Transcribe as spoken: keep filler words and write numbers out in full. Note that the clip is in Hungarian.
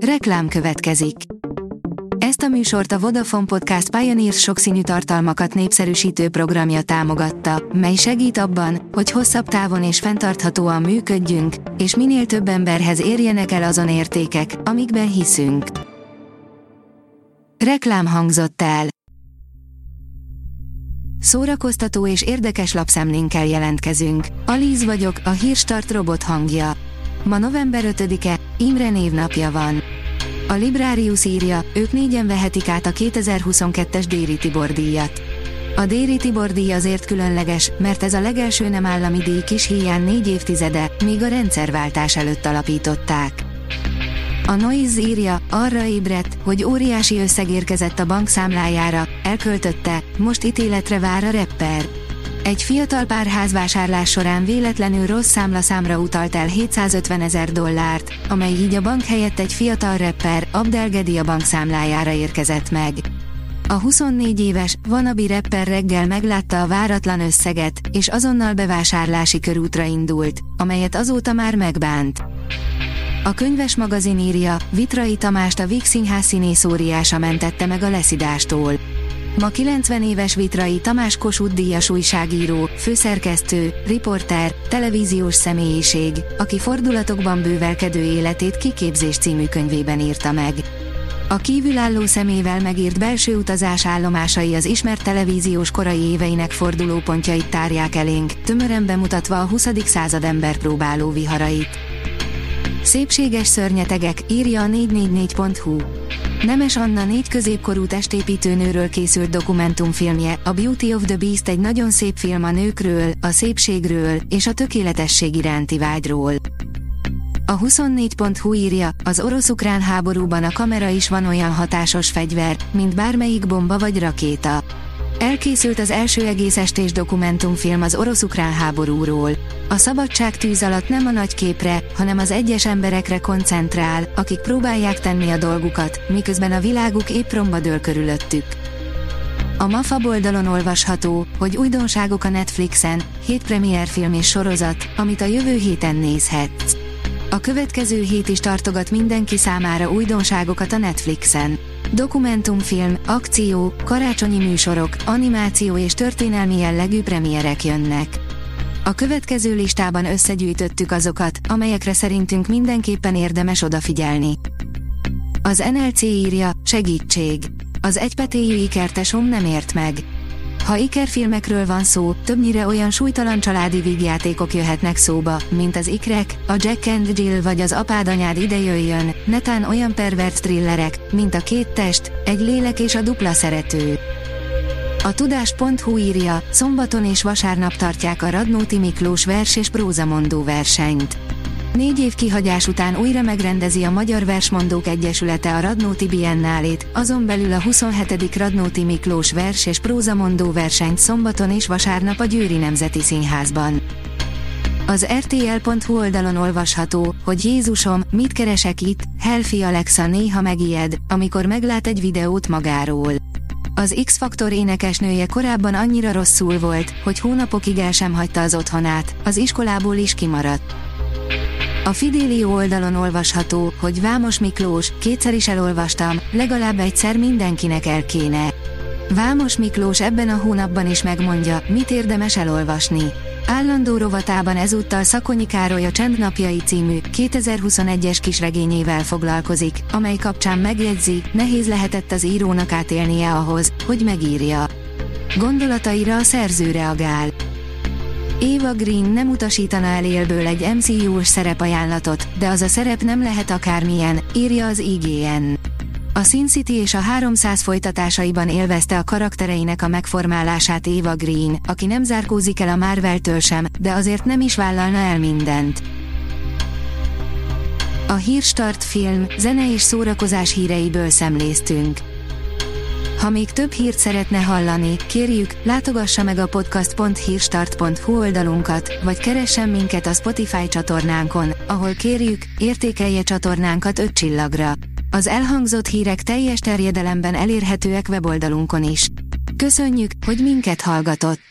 Reklám következik. Ezt a műsort a Vodafone Podcast Pioneers sokszínű tartalmakat népszerűsítő programja támogatta, mely segít abban, hogy hosszabb távon és fenntarthatóan működjünk, és minél több emberhez érjenek el azon értékek, amikben hiszünk. Reklám hangzott el. Szórakoztató és érdekes lapszemlénkkel jelentkezünk. Alíz vagyok, a Hírstart robot hangja. Ma november ötödike, Imre névnapja van. A Librarius írja, ők négyen vehetik át a kétezer-huszonkettes Déri Tibor díjat. A Déri Tibor díj azért különleges, mert ez a legelső nem állami díj kis híján négy évtizede, míg a rendszerváltás előtt alapították. A Noise írja, arra ébredt, hogy óriási összeg érkezett a bankszámlájára, elköltötte, most ítéletre vár a rapper. Egy fiatal pár házvásárlás során véletlenül rossz számlaszámra utalt el hétszázötvenezer dollárt, amely így a bank helyett egy fiatal rapper, Abdel Gedi a bankszámlájára érkezett meg. A huszonnégy éves, wannabe rapper reggel meglátta a váratlan összeget, és azonnal bevásárlási körútra indult, amelyet azóta már megbánt. A Könyves magazin írja, Vitrai Tamást a Víg Színház színész óriása mentette meg a leszidástól. Ma kilencven éves Vitrai Tamás Kossuth díjas újságíró, főszerkesztő, riporter, televíziós személyiség, aki fordulatokban bővelkedő életét Kiképzés című könyvében írta meg. A kívülálló szemével megírt belső utazás állomásai az ismert televíziós korai éveinek fordulópontjait tárják elénk, tömören bemutatva a huszadik század emberpróbáló viharait. Szépséges szörnyetegek, írja a négy négy négy pont hu. Nemes Anna négy középkorú testépítőnőről készült dokumentumfilmje, a Beauty of the Beast egy nagyon szép film a nőkről, a szépségről és a tökéletesség iránti vágyról. A huszonnégy pont hu írja, az orosz-ukrán háborúban a kamera is van olyan hatásos fegyver, mint bármelyik bomba vagy rakéta. Elkészült az első egész estés dokumentumfilm az orosz-ukrán háborúról. A szabadság tűz alatt nem a nagy képre, hanem az egyes emberekre koncentrál, akik próbálják tenni a dolgukat, miközben a világuk épp romba dől körülöttük. A MAFA oldalon olvasható, hogy újdonságok a Netflixen, hét premierfilm és sorozat, amit a jövő héten nézhetsz. A következő hét is tartogat mindenki számára újdonságokat a Netflixen. Dokumentumfilm, akció, karácsonyi műsorok, animáció és történelmi jellegű premierek jönnek. A következő listában összegyűjtöttük azokat, amelyekre szerintünk mindenképpen érdemes odafigyelni. Az en el cé írja, segítség! Az egypetéjű ikertesom nem ért meg. Ha ikerfilmekről van szó, többnyire olyan súlytalan családi vígjátékok jöhetnek szóba, mint az Ikrek, a Jack and Jill vagy az Apád anyád ide jöjjön, netán olyan pervert thrillerek, mint a Két test, Egy lélek és a Dupla szerető. A tudás pont hu írja, szombaton és vasárnap tartják a Radnóti Miklós vers és prózamondó versenyt. Négy év kihagyás után újra megrendezi a Magyar Versmondók Egyesülete a Radnóti Biennálét, azon belül a huszonhetedik Radnóti Miklós vers és prózamondó versenyt szombaton és vasárnap a Győri Nemzeti Színházban. Az er té el pont hu oldalon olvasható, hogy Jézusom, mit keresek itt, Helfi Alexa néha megijed, amikor meglát egy videót magáról. Az X-Faktor énekesnője korábban annyira rosszul volt, hogy hónapokig el sem hagyta az otthonát, az iskolából is kimaradt. A Fidelio oldalon olvasható, hogy Vámos Miklós, kétszer is elolvastam, legalább egyszer mindenkinek el kéne. Vámos Miklós ebben a hónapban is megmondja, mit érdemes elolvasni. Állandó rovatában ezúttal Szakonyi Károly a Csend napjai című kétezer-huszonegyes kisregényével foglalkozik, amely kapcsán megjegyzi, nehéz lehetett az írónak átélnie ahhoz, hogy megírja. Gondolataira a szerző reagál. Eva Green nem utasítana el élből egy em cé u-s szerepajánlatot, de az a szerep nem lehet akármilyen, írja az i gé en. A Sin City és a háromszáz folytatásaiban élvezte a karaktereinek a megformálását Eva Green, aki nem zárkózik el a Marvel-től sem, de azért nem is vállalna el mindent. A Hírstart film, zene és szórakozás híreiből szemléztünk. Ha még több hírt szeretne hallani, kérjük, látogassa meg a podcast pont hírstart pont hu oldalunkat, vagy keressen minket a Spotify csatornánkon, ahol kérjük, értékelje csatornánkat öt csillagra. Az elhangzott hírek teljes terjedelemben elérhetőek weboldalunkon is. Köszönjük, hogy minket hallgatott!